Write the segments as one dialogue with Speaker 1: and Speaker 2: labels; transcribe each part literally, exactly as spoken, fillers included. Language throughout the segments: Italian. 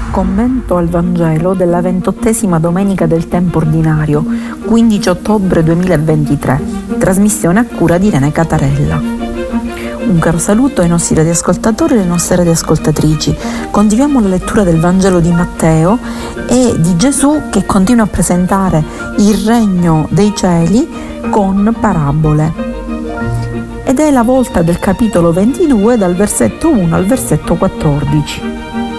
Speaker 1: Commento al Vangelo della ventottesima domenica del tempo ordinario, quindici ottobre duemilaventitré, trasmissione a cura di Irene Catarella. Un caro saluto ai nostri radioascoltatori e alle nostre radioascoltatrici. Continuiamo la lettura del Vangelo di Matteo e di Gesù che continua a presentare il regno dei cieli con parabole. Ed è la volta del capitolo ventidue dal versetto uno al versetto quattordici.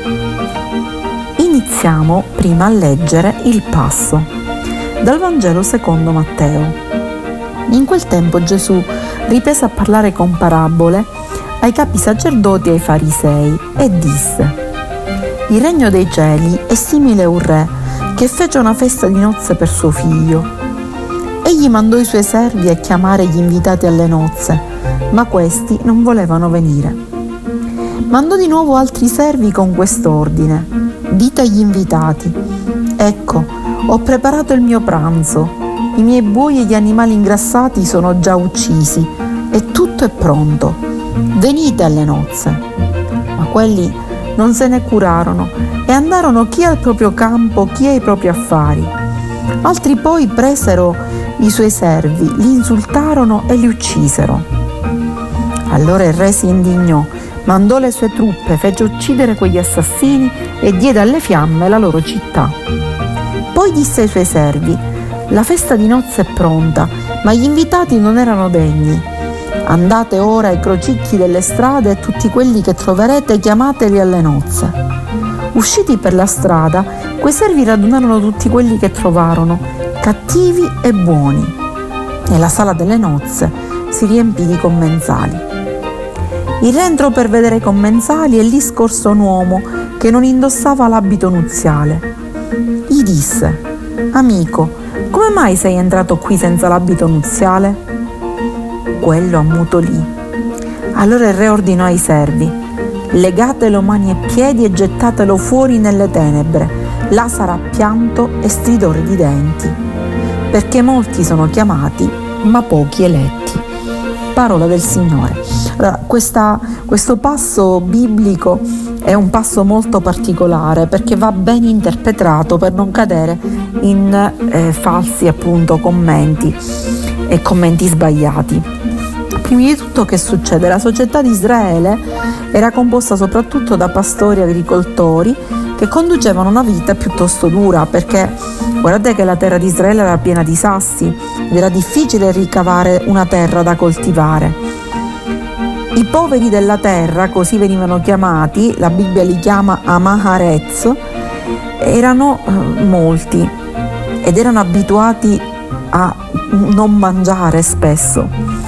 Speaker 1: Iniziamo prima a leggere il passo dal Vangelo secondo Matteo. In quel tempo Gesù riprese a parlare con parabole ai capi sacerdoti e ai farisei e disse: il regno dei cieli è simile a un re che fece una festa di nozze per suo figlio. Egli mandò i suoi servi a chiamare gli invitati alle nozze, ma questi non volevano venire. Mandò di nuovo altri servi con quest'ordine: dite agli invitati: ecco, ho preparato il mio pranzo, i miei buoi e gli animali ingrassati sono già uccisi e tutto è pronto, venite alle nozze. Ma quelli non se ne curarono e andarono chi al proprio campo, chi ai propri affari. Altri poi presero i suoi servi, li insultarono e li uccisero. Allora il re si indignò, mandò le sue truppe, fece uccidere quegli assassini e diede alle fiamme la loro città. Poi disse ai suoi servi: la festa di nozze è pronta, ma gli invitati non erano degni. Andate ora ai crocicchi delle strade e tutti quelli che troverete chiamateli alle nozze. Usciti per la strada, quei servi radunarono tutti quelli che trovarono, cattivi e buoni. E la sala delle nozze si riempì di commensali. Il re entrò per vedere i commensali e lì scorse un uomo che non indossava l'abito nuziale. Gli disse: amico, come mai sei entrato qui senza l'abito nuziale? Quello ammutolì. Allora il re ordinò ai servi: legatelo mani e piedi e gettatelo fuori nelle tenebre, là sarà pianto e stridore di denti, perché molti sono chiamati, ma pochi eletti. Parola del Signore. Allora, questa, questo passo biblico è un passo molto particolare perché va ben interpretato per non cadere in eh, falsi appunto commenti e commenti sbagliati. Prima di tutto, che succede? La società di Israele era composta soprattutto da pastori agricoltori che conducevano una vita piuttosto dura, perché guardate che la terra di Israele era piena di sassi ed era difficile ricavare una terra da coltivare. I poveri della terra, così venivano chiamati, la Bibbia li chiama Amaharez, erano eh, molti ed erano abituati a non mangiare spesso.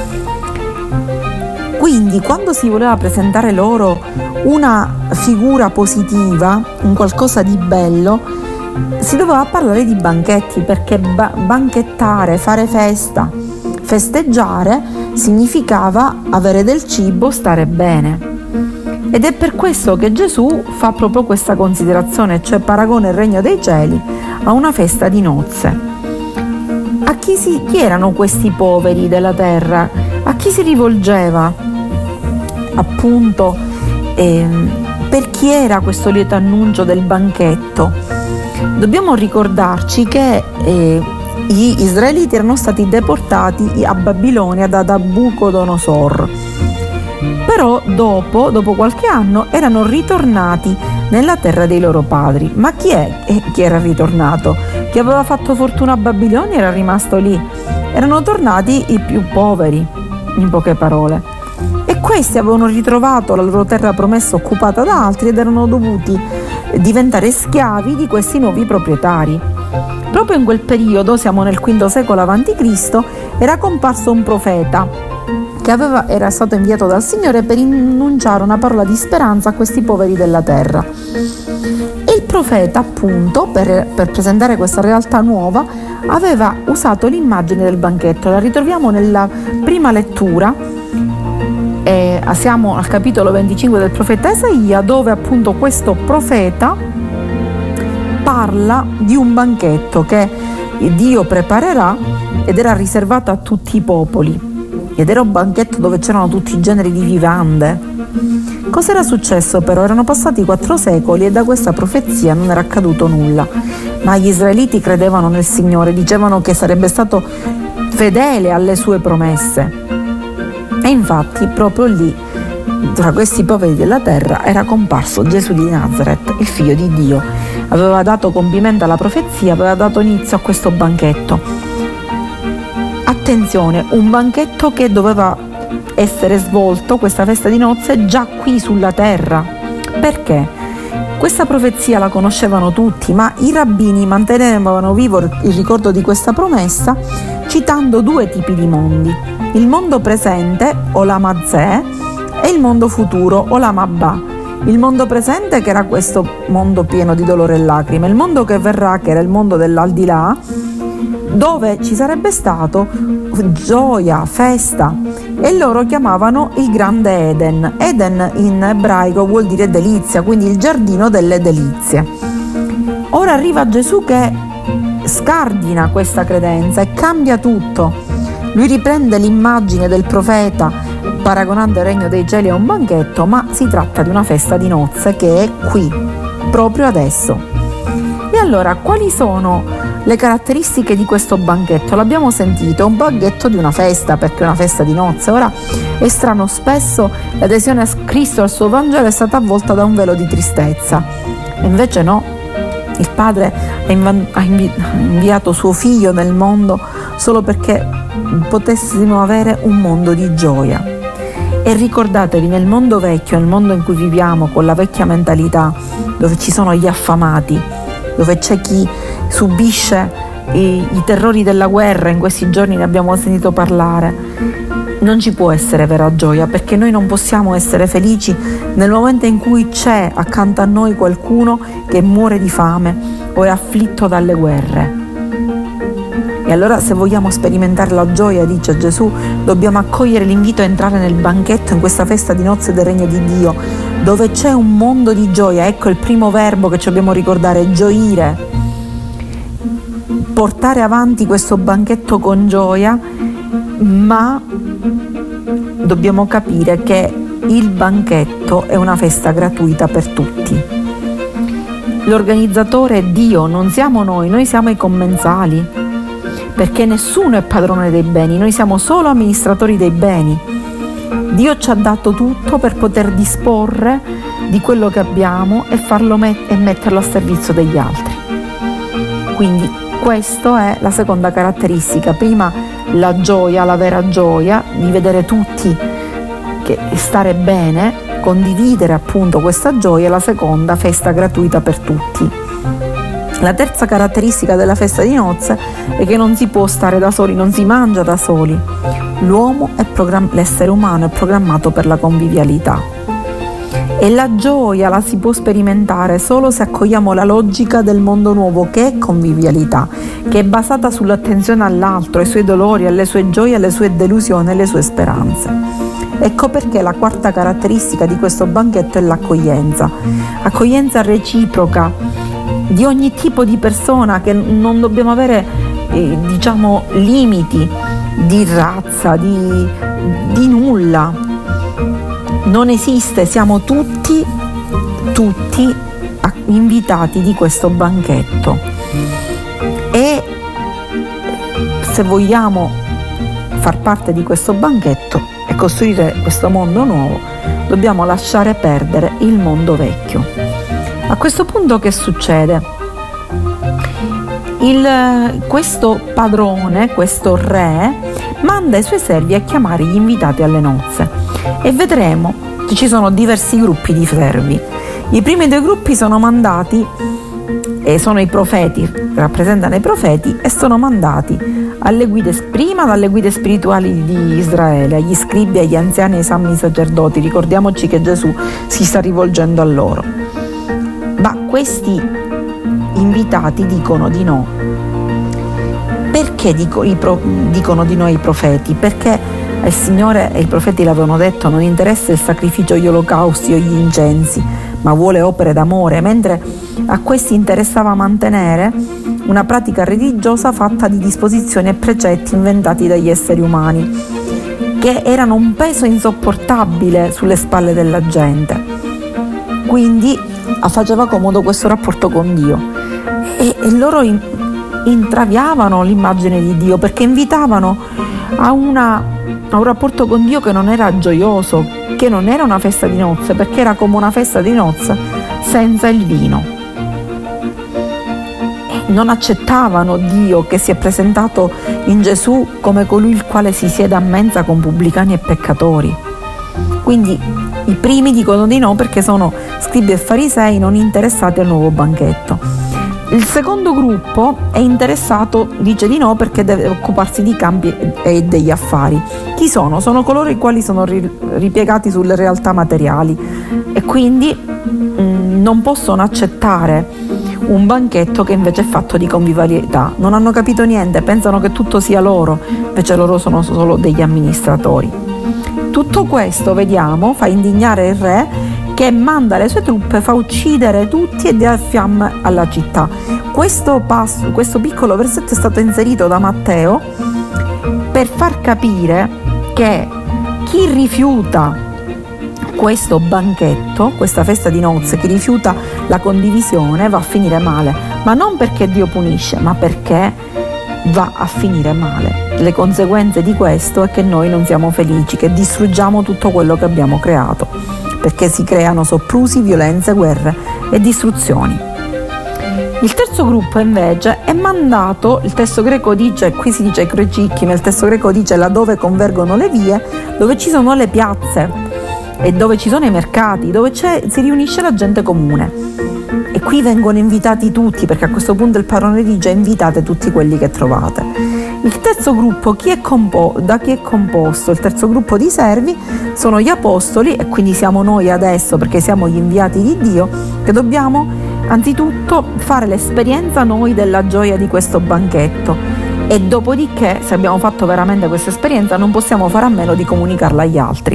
Speaker 1: Quindi quando si voleva presentare loro una figura positiva, un qualcosa di bello, si doveva parlare di banchetti, perché ba- banchettare, fare festa, festeggiare significava avere del cibo, stare bene. Ed è per questo che Gesù fa proprio questa considerazione, cioè paragona il regno dei cieli a una festa di nozze. A chi, si, chi erano questi poveri della terra? A chi si rivolgeva? Appunto, ehm, per chi era questo lieto annuncio del banchetto? Dobbiamo ricordarci che eh, gli israeliti erano stati deportati a Babilonia da Nabucodonosor, però dopo, dopo qualche anno erano ritornati nella terra dei loro padri. Ma chi è eh, chi era ritornato? Chi aveva fatto fortuna a Babilonia era rimasto lì. Erano tornati i più poveri, in poche parole. E questi avevano ritrovato la loro terra promessa occupata da altri ed erano dovuti diventare schiavi di questi nuovi proprietari. Proprio in quel periodo, siamo nel quinto secolo avanti Cristo, era comparso un profeta che aveva, era stato inviato dal Signore per annunciare una parola di speranza a questi poveri della terra. E il profeta, appunto, per, per presentare questa realtà nuova, aveva usato l'immagine del banchetto. La ritroviamo nella prima lettura. E siamo al capitolo venticinque del profeta Isaia, dove appunto questo profeta parla di un banchetto che Dio preparerà ed era riservato a tutti i popoli, ed era un banchetto dove c'erano tutti i generi di vivande Cos'era successo però? Erano passati quattro secoli e da questa profezia non era accaduto nulla, ma gli israeliti credevano nel Signore, dicevano che sarebbe stato fedele alle sue promesse. E infatti proprio lì, tra questi poveri della terra, era comparso Gesù di Nazaret, il figlio di Dio. Aveva dato compimento alla profezia, aveva dato inizio a questo banchetto. Attenzione, un banchetto che doveva essere svolto, questa festa di nozze, già qui sulla terra. Perché? Questa profezia la conoscevano tutti, ma i rabbini mantenevano vivo il ricordo di questa promessa citando due tipi di mondi: il mondo presente, Olam Hazeh, e il mondo futuro, Olam Haba. Il mondo presente, che era questo mondo pieno di dolore e lacrime, il mondo che verrà, che era il mondo dell'aldilà, dove ci sarebbe stato gioia, festa, e loro chiamavano il grande Eden. Eden in ebraico vuol dire delizia, quindi il giardino delle delizie. Ora arriva Gesù che scardina questa credenza e cambia tutto. Lui riprende l'immagine del profeta paragonando il regno dei cieli a un banchetto, ma si tratta di una festa di nozze che è qui, proprio adesso. E allora, quali sono le caratteristiche di questo banchetto? L'abbiamo sentito, è un banchetto di una festa, perché è una festa di nozze. Ora è strano, spesso l'adesione a Cristo, al suo Vangelo, è stata avvolta da un velo di tristezza. E invece no, il Padre ha inviato suo Figlio nel mondo solo perché potessimo avere un mondo di gioia. E ricordatevi, nel mondo vecchio, nel mondo in cui viviamo, con la vecchia mentalità, dove ci sono gli affamati, dove c'è chi subisce i, i terrori della guerra, in questi giorni ne abbiamo sentito parlare, non ci può essere vera gioia, perché noi non possiamo essere felici nel momento in cui c'è accanto a noi qualcuno che muore di fame o è afflitto dalle guerre. E allora, se vogliamo sperimentare la gioia, dice Gesù, dobbiamo accogliere l'invito a entrare nel banchetto, in questa festa di nozze del regno di Dio, dove c'è un mondo di gioia. Ecco il primo verbo che ci dobbiamo ricordare: gioire. Portare avanti questo banchetto con gioia, ma dobbiamo capire che il banchetto è una festa gratuita per tutti. L'organizzatore è Dio, non siamo noi, noi siamo i commensali, perché nessuno è padrone dei beni, noi siamo solo amministratori dei beni. Dio ci ha dato tutto per poter disporre di quello che abbiamo e farlo met- e metterlo a servizio degli altri. Quindi questa è la seconda caratteristica. Prima la gioia, la vera gioia di vedere tutti che stare bene, condividere appunto questa gioia. La seconda, festa gratuita per tutti. La terza caratteristica della festa di nozze è che non si può stare da soli, non si mangia da soli. L'uomo è program- l'essere umano è programmato per la convivialità. E la gioia la si può sperimentare solo se accogliamo la logica del mondo nuovo, che è convivialità, che è basata sull'attenzione all'altro, ai suoi dolori, alle sue gioie, alle sue delusioni, alle sue speranze. Ecco perché la quarta caratteristica di questo banchetto è l'accoglienza. Accoglienza reciproca di ogni tipo di persona, che non dobbiamo avere eh, diciamo limiti di razza, di, di nulla. Non esiste, siamo tutti, tutti invitati di questo banchetto. E se vogliamo far parte di questo banchetto e costruire questo mondo nuovo, dobbiamo lasciare perdere il mondo vecchio. A questo punto che succede? Il, questo padrone, questo re, manda i suoi servi a chiamare gli invitati alle nozze e vedremo che ci sono diversi gruppi di servi. I primi due gruppi sono mandati, e sono i profeti, rappresentano i profeti, e sono mandati alle guide, prima dalle guide spirituali di Israele, agli scribi, agli anziani, ai sommi sacerdoti. Ricordiamoci che Gesù si sta rivolgendo a loro. Ma questi invitati dicono di no. Perché dico, i pro, dicono di no i profeti? Perché il Signore e i profeti l'avevano detto: non interessa il sacrificio, gli olocausti o gli incensi, ma vuole opere d'amore, mentre a questi interessava mantenere una pratica religiosa fatta di disposizioni e precetti inventati dagli esseri umani. che erano un peso insopportabile sulle spalle della gente. Quindi faceva comodo questo rapporto con Dio e, e loro in, intraviavano l'immagine di Dio, perché invitavano a, una, a un rapporto con Dio che non era gioioso, che non era una festa di nozze, perché era come una festa di nozze senza il vino. E non accettavano Dio che si è presentato in Gesù come colui il quale si siede a mensa con pubblicani e peccatori. Quindi i primi dicono di no perché sono scribi e farisei non interessati al nuovo banchetto. Il secondo gruppo è interessato, dice di no perché deve occuparsi di campi e degli affari. Chi sono? Sono coloro i quali sono ripiegati sulle realtà materiali e quindi mh, non possono accettare un banchetto che invece è fatto di convivialità. Non hanno capito niente, pensano che tutto sia loro, invece loro sono solo degli amministratori. Tutto questo, vediamo, fa indignare il re, che manda le sue truppe, fa uccidere tutti e dà fiamme alla città. Questo, passo, questo piccolo versetto è stato inserito da Matteo per far capire che chi rifiuta questo banchetto, questa festa di nozze, chi rifiuta la condivisione va a finire male, ma non perché Dio punisce, ma perché va a finire male. Le conseguenze di questo è che noi non siamo felici, che distruggiamo tutto quello che abbiamo creato, perché si creano soprusi, violenze, guerre e distruzioni. Il terzo gruppo invece è mandato, il testo greco dice, qui si dice krojiki, ma il testo greco dice laddove convergono le vie, dove ci sono le piazze e dove ci sono i mercati, dove c'è, si riunisce la gente comune. E qui vengono invitati tutti, perché a questo punto il padrone dice invitate tutti quelli che trovate. Il terzo gruppo, chi è compo- da chi è composto? Il terzo gruppo di servi sono gli apostoli, e quindi siamo noi adesso, perché siamo gli inviati di Dio, che dobbiamo anzitutto fare l'esperienza noi della gioia di questo banchetto, e dopodiché, se abbiamo fatto veramente questa esperienza, non possiamo fare a meno di comunicarla agli altri,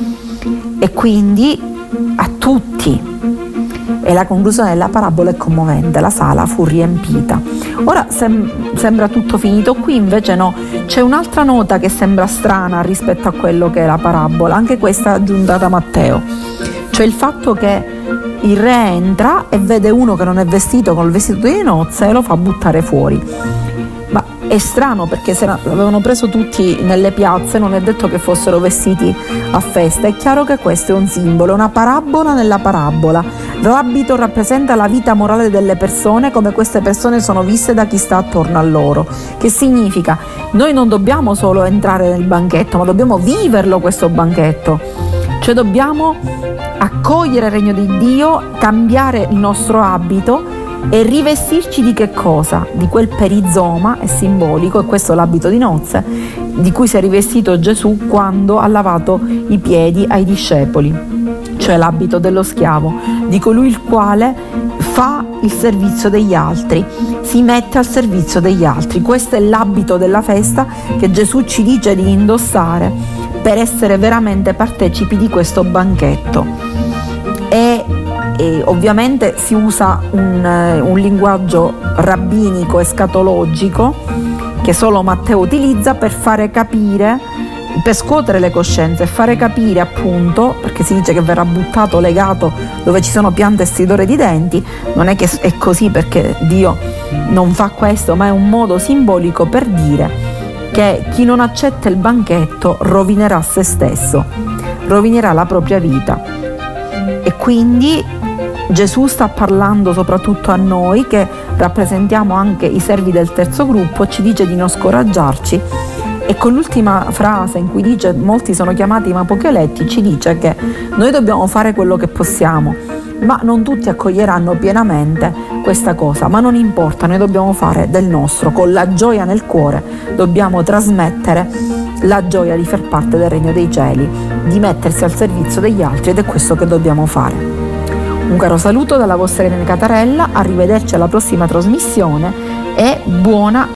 Speaker 1: e quindi a tutti. E la conclusione della parabola è commovente, la sala fu riempita. Ora sem- sembra tutto finito qui, invece no, c'è un'altra nota che sembra strana rispetto a quello che è la parabola, anche questa aggiunta da Matteo, cioè il fatto che il re entra e vede uno che non è vestito con il vestito di nozze e lo fa buttare fuori. Ma è strano, perché se l'avevano preso tutti nelle piazze, non è detto che fossero vestiti a festa. È chiaro che questo è un simbolo, una parabola nella parabola. L'abito rappresenta la vita morale delle persone, come queste persone sono viste da chi sta attorno a loro. Che significa? Noi non dobbiamo solo entrare nel banchetto, ma dobbiamo viverlo questo banchetto. Cioè dobbiamo accogliere il regno di Dio, cambiare il nostro abito e rivestirci di che cosa? Di quel perizoma, è simbolico, e questo è l'abito di nozze, di cui si è rivestito Gesù quando ha lavato i piedi ai discepoli, cioè l'abito dello schiavo, di colui il quale fa il servizio degli altri, si mette al servizio degli altri. Questo è l'abito della festa che Gesù ci dice di indossare per essere veramente partecipi di questo banchetto. E E ovviamente si usa un, un linguaggio rabbinico, escatologico, che solo Matteo utilizza per fare capire, per scuotere le coscienze e fare capire, appunto, perché si dice che verrà buttato, legato dove ci sono piante e stridore di denti. Non è che è così, perché Dio non fa questo, ma è un modo simbolico per dire che chi non accetta il banchetto rovinerà se stesso, rovinerà la propria vita. E quindi Gesù sta parlando soprattutto a noi che rappresentiamo anche i servi del terzo gruppo, ci dice di non scoraggiarci, e con l'ultima frase in cui dice molti sono chiamati ma pochi eletti, ci dice che noi dobbiamo fare quello che possiamo, ma non tutti accoglieranno pienamente questa cosa, ma non importa, noi dobbiamo fare del nostro, con la gioia nel cuore dobbiamo trasmettere la gioia di far parte del regno dei cieli, di mettersi al servizio degli altri, ed è questo che dobbiamo fare. Un caro saluto dalla vostra Irene Catarella, arrivederci alla prossima trasmissione e buona